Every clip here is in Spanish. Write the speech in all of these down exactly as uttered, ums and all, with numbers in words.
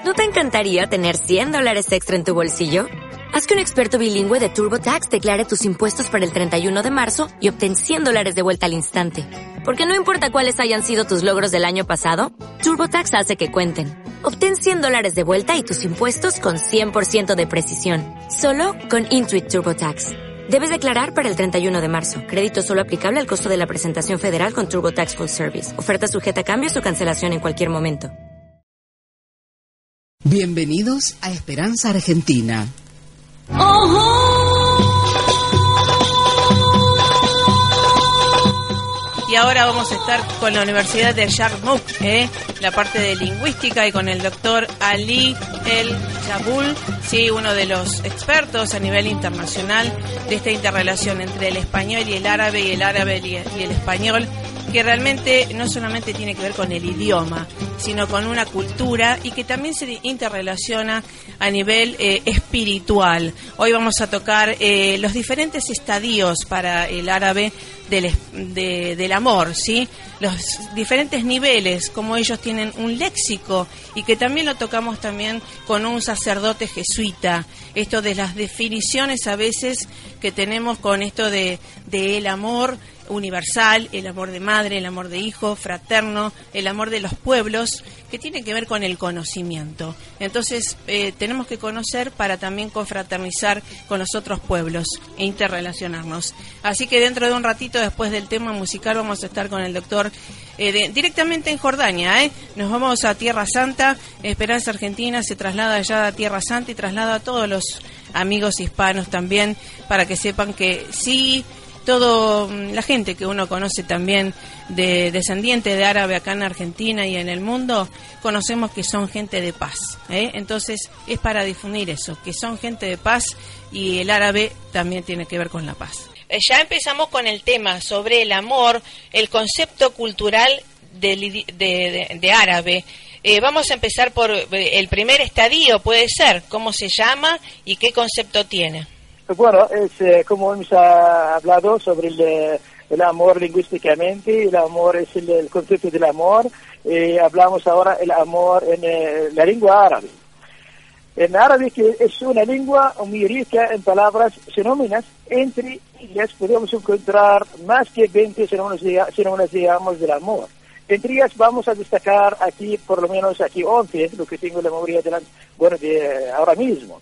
¿No te encantaría tener cien dólares extra en tu bolsillo? Haz que un experto bilingüe de TurboTax declare tus impuestos para el treinta y uno de marzo y obtén cien dólares de vuelta al instante. Porque no importa cuáles hayan sido tus logros del año pasado, TurboTax hace que cuenten. Obtén cien dólares de vuelta y tus impuestos con cien por ciento de precisión. Solo con Intuit TurboTax. Debes declarar para el treinta y uno de marzo. Crédito solo aplicable al costo de la presentación federal con TurboTax Full Service. Oferta sujeta a cambios o cancelación en cualquier momento. Bienvenidos a Esperanza Argentina. Y ahora vamos a estar con la Universidad de Yarmouk, ¿eh? la parte de lingüística, y con el doctor Ali El Jabul, sí, uno de los expertos a nivel internacional de esta interrelación entre el español y el árabe, y el árabe y el español, que realmente no solamente tiene que ver con el idioma, sino con una cultura, y que también se interrelaciona a nivel eh, espiritual. Hoy vamos a tocar eh, los diferentes estadios para el árabe del, de, del amor, ¿sí? Los diferentes niveles, como ellos tienen un léxico, y que también lo tocamos también con un sacerdote jesuita. Esto de las definiciones a veces que tenemos con esto de, de el amor universal, el amor de madre, el amor de hijo, fraterno, el amor de los pueblos, que tiene que ver con el conocimiento. Entonces, eh, tenemos que conocer para también confraternizar con los otros pueblos e interrelacionarnos. Así que dentro de un ratito, después del tema musical, vamos a estar con el doctor eh, de, directamente en Jordania, ¿eh? Nos vamos a Tierra Santa. Esperanza Argentina se traslada allá a Tierra Santa y traslada a todos los amigos hispanos también, para que sepan que sí, todo la gente que uno conoce también de descendiente de árabe acá en Argentina y en el mundo, conocemos que son gente de paz, ¿eh? Entonces es para difundir eso, que son gente de paz, y el árabe también tiene que ver con la paz. Eh, ya empezamos con el tema sobre el amor, el concepto cultural de, de, de, de árabe. Eh, vamos a empezar por el primer estadio, puede ser, ¿cómo se llama y qué concepto tiene? Bueno, es eh, como hemos hablado sobre el, el amor lingüísticamente. El amor es el, el concepto del amor. Eh, hablamos ahora el amor en eh, la lengua árabe. En árabe, que es una lengua muy rica en palabras sinónimas, entre ellas podemos encontrar más que veinte sinónimas, digamos, del amor. Entre ellas vamos a destacar aquí, por lo menos aquí once, lo que tengo en la memoria de, la, bueno, de ahora mismo.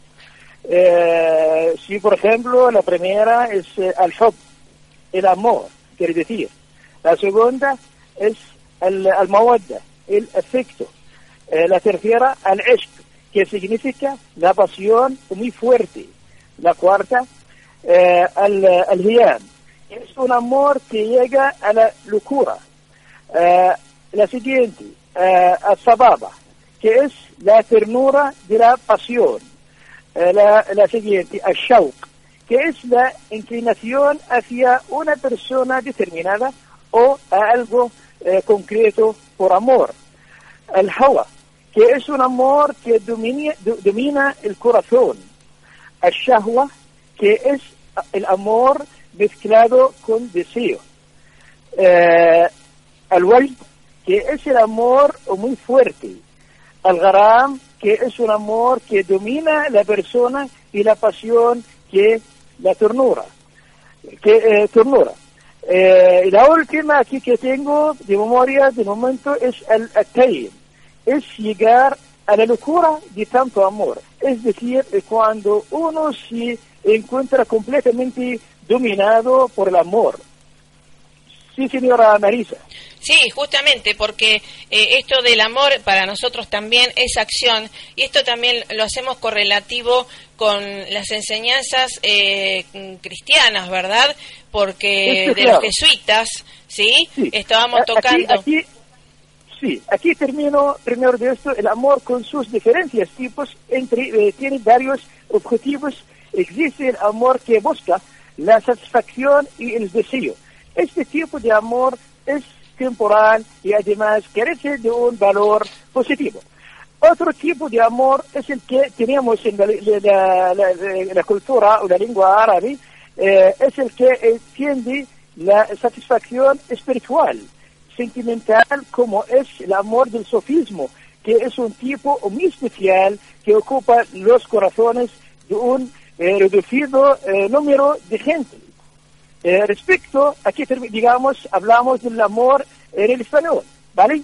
Eh, si por ejemplo la primera es eh, al-hub, el amor, quiere decir. La segunda es al-mawadda, el afecto. Eh, la tercera, al-ishq, que significa la pasión muy fuerte. La cuarta, eh, al-hiyam, es un amor que llega a la locura. Eh, la siguiente, eh, al-sababa, que es la ternura de la pasión. La, la siguiente, al-shawq, que es la inclinación hacia una persona determinada o a algo eh, concreto por amor. Al-hawa, que es un amor que domina, do, domina el corazón. Al-shahwa, que es el amor mezclado con deseo. Eh, al-wajd, que es el amor muy fuerte. Al-gharam, que es un amor que domina la persona, y la pasión que la ternura. Que, eh, ternura. Eh, la última aquí que tengo de memoria de momento es el al-tayyib, es llegar a la locura de tanto amor. Es decir, cuando uno se encuentra completamente dominado por el amor. Sí, señora Marisa. Sí, justamente, porque eh, esto del amor para nosotros también es acción, y esto también lo hacemos correlativo con las enseñanzas eh, cristianas, ¿verdad? Porque Esto, de claro. los jesuitas, ¿sí? Sí. Estábamos tocando... Aquí, aquí, sí, aquí termino primero de esto, el amor con sus diferencias tipos, entre eh, tiene varios objetivos. Existe el amor que busca la satisfacción y el deseo. Este tipo de amor es temporal y además carece de un valor positivo. Otro tipo de amor es el que tenemos en la, la, la, la, la cultura o la lengua árabe, eh, es el que eh, tiende la satisfacción espiritual, sentimental, como es el amor del sofismo, que es un tipo muy especial que ocupa los corazones de un eh, reducido eh, número de gente. Eh, respecto a que, digamos, hablamos del amor en el español, ¿vale?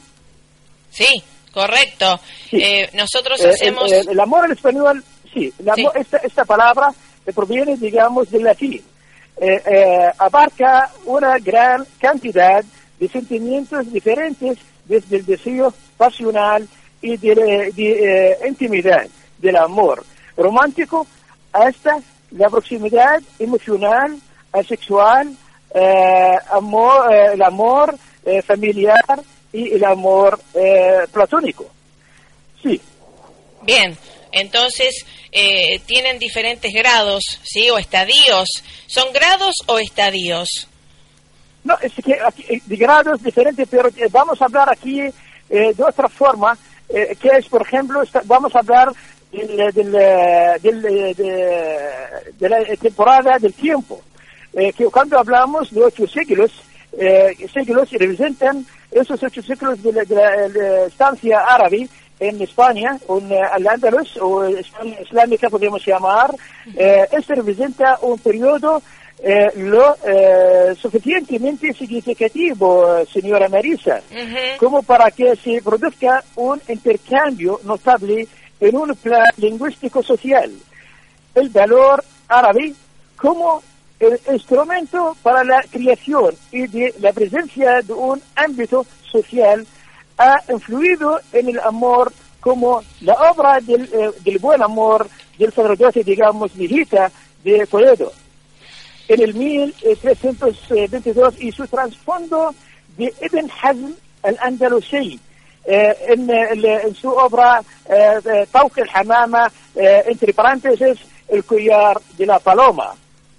Sí, correcto. Sí. Eh, nosotros eh, hacemos... El, el, el amor en español, sí, el amor, sí. Esta, esta palabra proviene, digamos, del latín. Eh, eh, abarca una gran cantidad de sentimientos diferentes, desde el deseo pasional y de, de, de eh, intimidad, del amor romántico, hasta la proximidad emocional, asexual, eh, amor, eh, el amor eh, familiar y el amor eh, platónico. Sí. Bien, entonces eh, tienen diferentes grados, ¿sí? O estadios. ¿Son grados o estadios? No, es que aquí, de grados diferentes, pero eh, vamos a hablar aquí eh, de otra forma, eh, que es, por ejemplo, esta, vamos a hablar del, del, del, del, de, de la temporada del tiempo. Eh, que cuando hablamos de ocho siglos, eh, siglos representan esos ocho siglos de la, de la, de la estancia árabe en España, en uh, Al-Ándalus, o España islámica podemos llamar. Eh, este representa un periodo eh, lo eh, suficientemente significativo, señora Marisa, uh-huh. como para que se produzca un intercambio notable en un plan lingüístico-social. El valor árabe como el instrumento para la creación y de la presencia de un ámbito social ha influido en el amor como la obra del, eh, del buen amor del sacerdote, digamos, Vigita de Toledo en el mil trescientos veintidós y su trasfondo de Ibn Hazm al-Andalusi eh, en, en, en su obra eh, Tawq al-Hamama, eh, entre paréntesis, el collar de la paloma.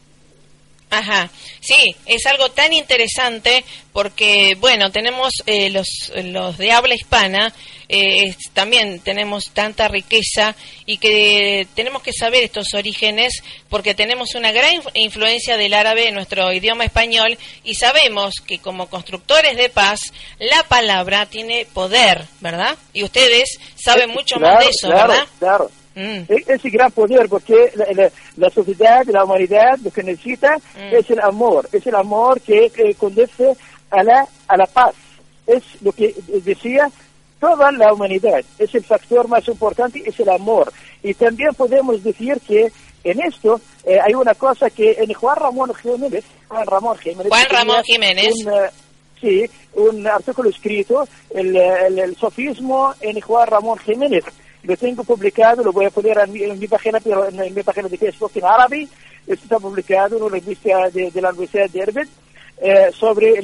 Ajá, sí, es algo tan interesante porque, bueno, tenemos eh, los, los de habla hispana, eh, es, también tenemos tanta riqueza y que tenemos que saber estos orígenes porque tenemos una gran influencia del árabe en nuestro idioma español y sabemos que como constructores de paz la palabra tiene poder, ¿verdad? Y ustedes saben mucho claro, más de eso, claro, ¿verdad? Claro. Mm. Ese gran poder, porque la, la, la sociedad, la humanidad, lo que necesita mm. es el amor, es el amor que, que conduce a la, a la paz. Es lo que decía toda la humanidad, es el factor más importante, es el amor. Y también podemos decir que en esto eh, hay una cosa que en Juan Ramón Jiménez, Juan Ramón Jiménez, Juan Ramón Jiménez. Un, uh, sí, un artículo escrito, el, el, el sofismo en Juan Ramón Jiménez. Lo tengo publicado, lo voy a poner en mi, en mi página, pero en, en mi página de Facebook en árabe. Esto está publicado en una revista de, de la Universidad de Erbil eh, sobre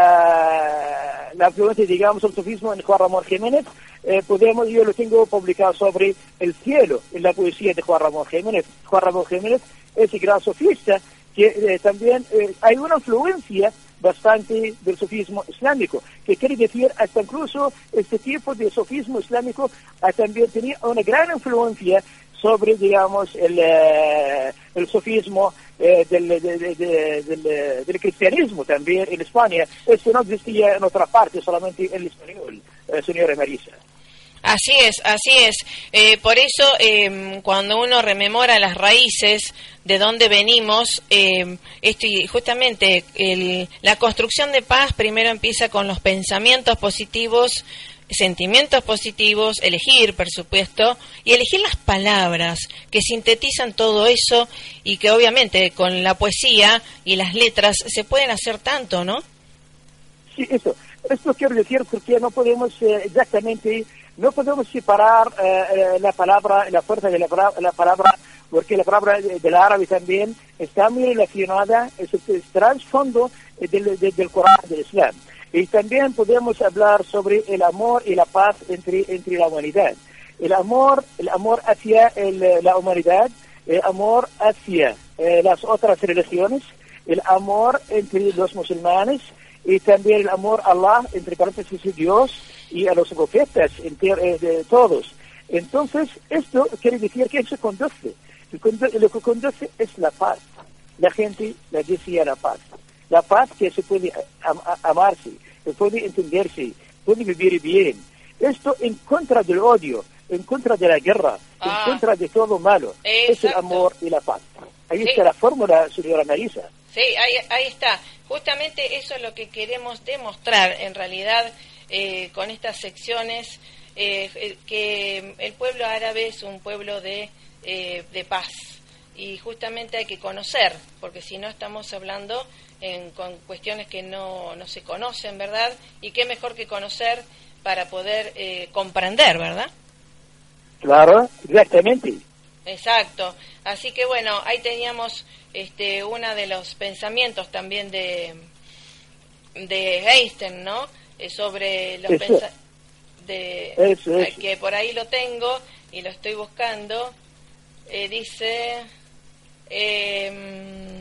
la, la influencia, digamos, del sofismo en Juan Ramón Jiménez. Eh, podemos, yo lo tengo publicado sobre el cielo en la poesía de Juan Ramón Jiménez. Juan Ramón Jiménez es el gran sofista que eh, también eh, hay una influencia bastante del sofismo islámico, que quiere decir hasta incluso este tipo de sofismo islámico ha también tenía una gran influencia sobre, digamos, el, eh, el sofismo eh, del, de, de, de, del, del cristianismo también en España. Esto no existía en otra parte, solamente en el español, eh, señora Marisa. Así es, así es. Eh, por eso, eh, cuando uno rememora las raíces de dónde venimos, eh, esto y justamente el, la construcción de paz primero empieza con los pensamientos positivos, sentimientos positivos, elegir, por supuesto, y elegir las palabras que sintetizan todo eso y que obviamente con la poesía y las letras se pueden hacer tanto, ¿no? Sí, eso. Esto quiero decir porque no podemos eh, exactamente... No podemos separar eh, eh, la palabra, la fuerza de la, la palabra, porque la palabra del árabe también está muy relacionada, es el trasfondo del, del, del Corán, del Islam. Y también podemos hablar sobre el amor y la paz entre, entre la humanidad. El amor, el amor hacia el, la humanidad, el amor hacia eh, las otras religiones, el amor entre los musulmanes y también el amor a Allah, entre paréntesis Dios, y a los profetas enter, eh, de todos. Entonces, esto quiere decir que eso conduce. Lo que conduce es la paz. La gente la desea la paz. La paz que se puede am amarse, se puede entenderse, puede vivir bien. Esto en contra del odio, en contra de la guerra, ah, en contra de todo malo. Exacto. Es el amor y la paz. Ahí sí. Está la fórmula, señora Marisa. Sí, ahí, ahí está. Justamente eso es lo que queremos demostrar, en realidad, eh, con estas secciones, eh, que el pueblo árabe es un pueblo de, eh, de paz. Y justamente hay que conocer, porque si no estamos hablando en, con cuestiones que no, no se conocen, ¿verdad? Y qué mejor que conocer para poder eh, comprender, ¿verdad? Claro, exactamente. Exacto. Así que bueno, ahí teníamos este uno de los pensamientos también de de Einstein, ¿no? Eh, sobre los pensamientos de eso, eso. Que por ahí lo tengo y lo estoy buscando. Eh, dice eh,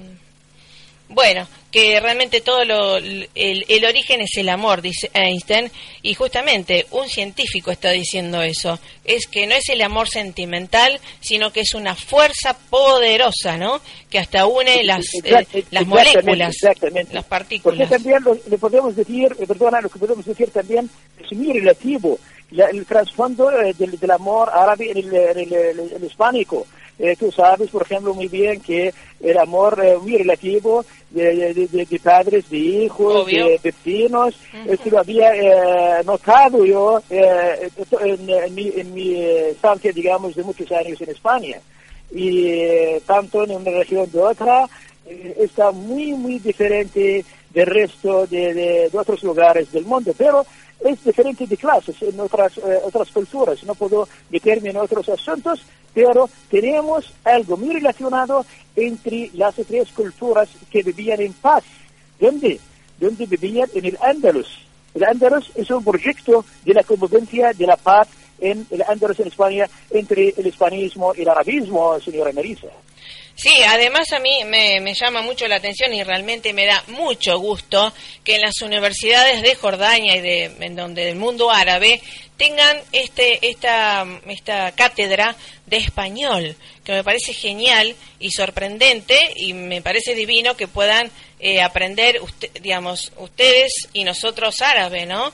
bueno, que realmente todo lo el, el origen es el amor, dice Einstein, y justamente un científico está diciendo eso, es que no es el amor sentimental, sino que es una fuerza poderosa, ¿no? Que hasta une las Exact, eh, las moléculas, exactamente. las partículas. Porque también lo, le podemos decir, eh, perdona, lo que podemos decir también es muy relativo, la, el trasfondo eh, del, del amor árabe en el, en el, el, el hispánico. Eh, tú sabes, por ejemplo, muy bien que el amor es eh, muy relativo de, de, de, de padres, de hijos, obvio, de vecinos. Uh-huh. Esto lo había eh, notado yo eh, en, en mi, en mi estancia, digamos, de muchos años en España. Y eh, tanto en una región de otra, eh, está muy, muy diferente del resto de, de, de otros lugares del mundo. Pero es diferente de clases en otras eh, otras culturas. No puedo meterme en otros asuntos, pero tenemos algo muy relacionado entre las tres culturas que vivían en paz. ¿Dónde? Donde vivían en el Andalus. El Andalus es un proyecto de la convivencia de la paz en el Andalus, en España, entre el hispanismo y el arabismo, señora Marisa. Sí, además a mí me, me llama mucho la atención y realmente me da mucho gusto que en las universidades de Jordania y de en donde del mundo árabe tengan este esta esta cátedra de español, que me parece genial y sorprendente, y me parece divino que puedan eh, aprender usted, digamos ustedes y nosotros árabe, ¿no?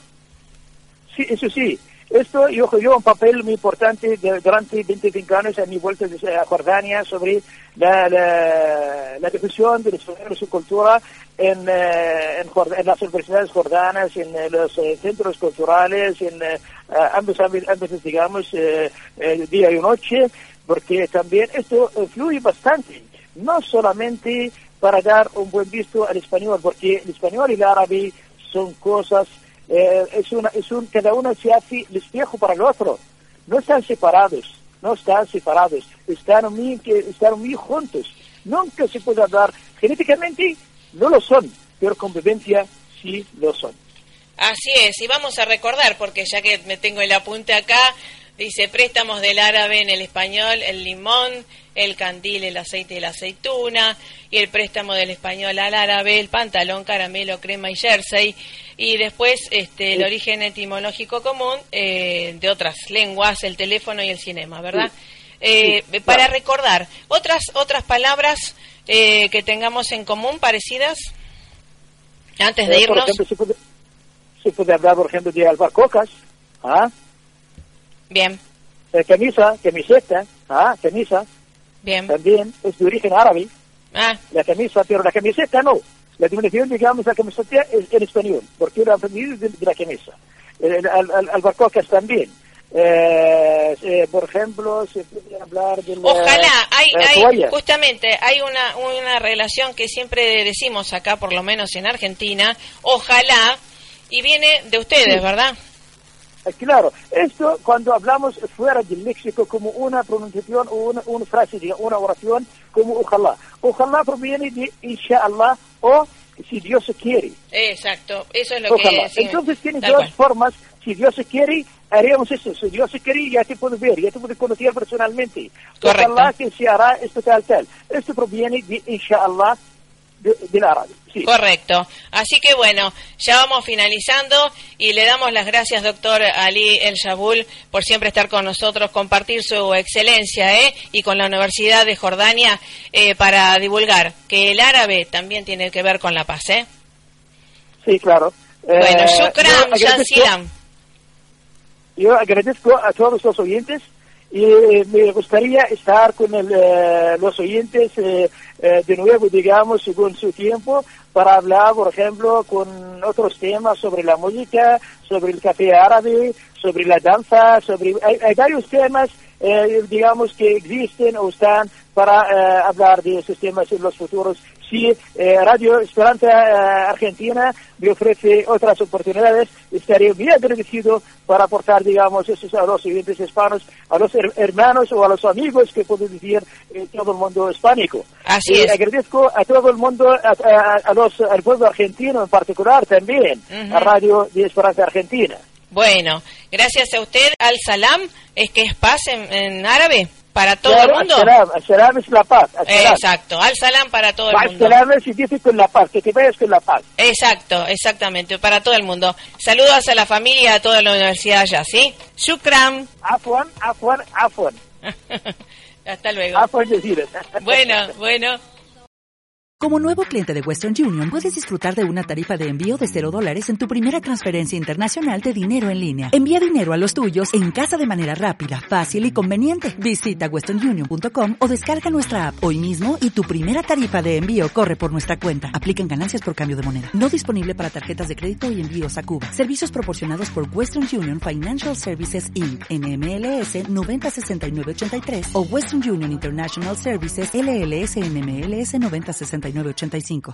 Sí, eso sí. Esto yo jugué un papel muy importante de, durante veinticinco años a mi vuelta a Jordania sobre la, la, la difusión de su cultura en, eh, en, en las universidades jordanas, en eh, los eh, centros culturales, en eh, ambos ámbitos, digamos, eh, eh, día y noche, porque también esto influye bastante, no solamente para dar un buen visto al español, porque el español y el árabe son cosas. Eh, es una, es un, cada uno se hace el espejo para el otro. No están separados, no están separados, están muy, están muy juntos. Nunca se puede hablar. Genéticamente no lo son, pero convivencia sí lo son. Así es, y vamos a recordar, porque ya que me tengo el apunte acá, dice préstamos del árabe en el español, el limón, el candil, el aceite y la aceituna, y el préstamo del español al árabe, el pantalón, caramelo, crema y jersey, y después este el origen etimológico común eh, de otras lenguas, el teléfono y el cinema, ¿verdad? Sí. Eh, sí, para claro. Recordar, otras otras palabras eh, que tengamos en común, parecidas, antes de eh, irnos. Por ejemplo, se puede, se puede hablar, por ejemplo, de albahacocas, ¿ah? Bien. Eh, camisa, camiseta, ¿ah? Camisa. Bien. También es de origen árabe. Ah. La camisa, pero la camiseta no. La diminución, digamos, la camiseta es en español, porque era aprendido de, de la camisa. El, al, al, albahacocas también. Eh, eh, por ejemplo, se puede hablar de la, Ojalá, hay, la hay justamente, hay una, una relación que siempre decimos acá, por lo menos en Argentina, ojalá, y viene de ustedes, sí. ¿Verdad? Claro, esto cuando hablamos fuera del léxico como una pronunciación o una, una frase, una oración como ojalá. Ojalá proviene de inshallah o si Dios quiere. Exacto, eso es lo ojalá. que... Sí, entonces tiene dos cual. formas, si Dios quiere, haríamos eso. Si Dios quiere, ya te puedo ver, ya te puedo conocer personalmente. Correcto. Ojalá que se hará esto tal tal. Esto proviene de inshallah de, del árabe. Sí. Correcto. Así que bueno, ya vamos finalizando y le damos las gracias, doctor Ali El Jabul, por siempre estar con nosotros, compartir su excelencia ¿eh? y con la Universidad de Jordania eh, para divulgar que el árabe también tiene que ver con la paz. ¿eh? Sí, claro. Bueno, eh, shukran, Jansilam. yo agradezco a todos los oyentes y me gustaría estar con el, eh, los oyentes eh, eh, de nuevo, digamos, según su tiempo, para hablar, por ejemplo, con otros temas sobre la música, sobre el café árabe, sobre la danza, sobre hay, hay varios temas, eh, digamos, que existen o están para eh, hablar de esos temas en los futuros. Si eh, Radio Esperanza eh, Argentina me ofrece otras oportunidades, estaré muy agradecido para aportar, digamos, esos a los oyentes hispanos, a los her hermanos o a los amigos que puedo decir eh, todo el mundo hispánico. Así eh, es. Agradezco a todo el mundo, a, a, a los, al pueblo argentino en particular también, uh-huh. a Radio de Esperanza Argentina. Bueno, gracias a usted. Al-Salam, es que es paz en, en árabe. Para todo claro, el mundo. Al-Salam, Al-Salam es la paz. Exacto, Al-Salam para todo el mundo. Al-Salam significa con la paz, que te vayas con la paz. Exacto, exactamente, para todo el mundo. Saludos a la familia, a toda la universidad allá, ¿sí? Shukran. Afwan, afwan, afwan. Hasta luego. Afwan decir. Bueno, bueno. Como nuevo cliente de Western Union, puedes disfrutar de una tarifa de envío de cero dólares en tu primera transferencia internacional de dinero en línea. Envía dinero a los tuyos en casa de manera rápida, fácil y conveniente. Visita western union punto com o descarga nuestra app hoy mismo y tu primera tarifa de envío corre por nuestra cuenta. Aplican ganancias por cambio de moneda. No disponible para tarjetas de crédito y envíos a Cuba. Servicios proporcionados por Western Union Financial Services Incorporated. N M L S noventa sesenta y nueve ochenta y tres o Western Union International Services L L S N M L S noventa sesenta y nueve ochenta y cinco.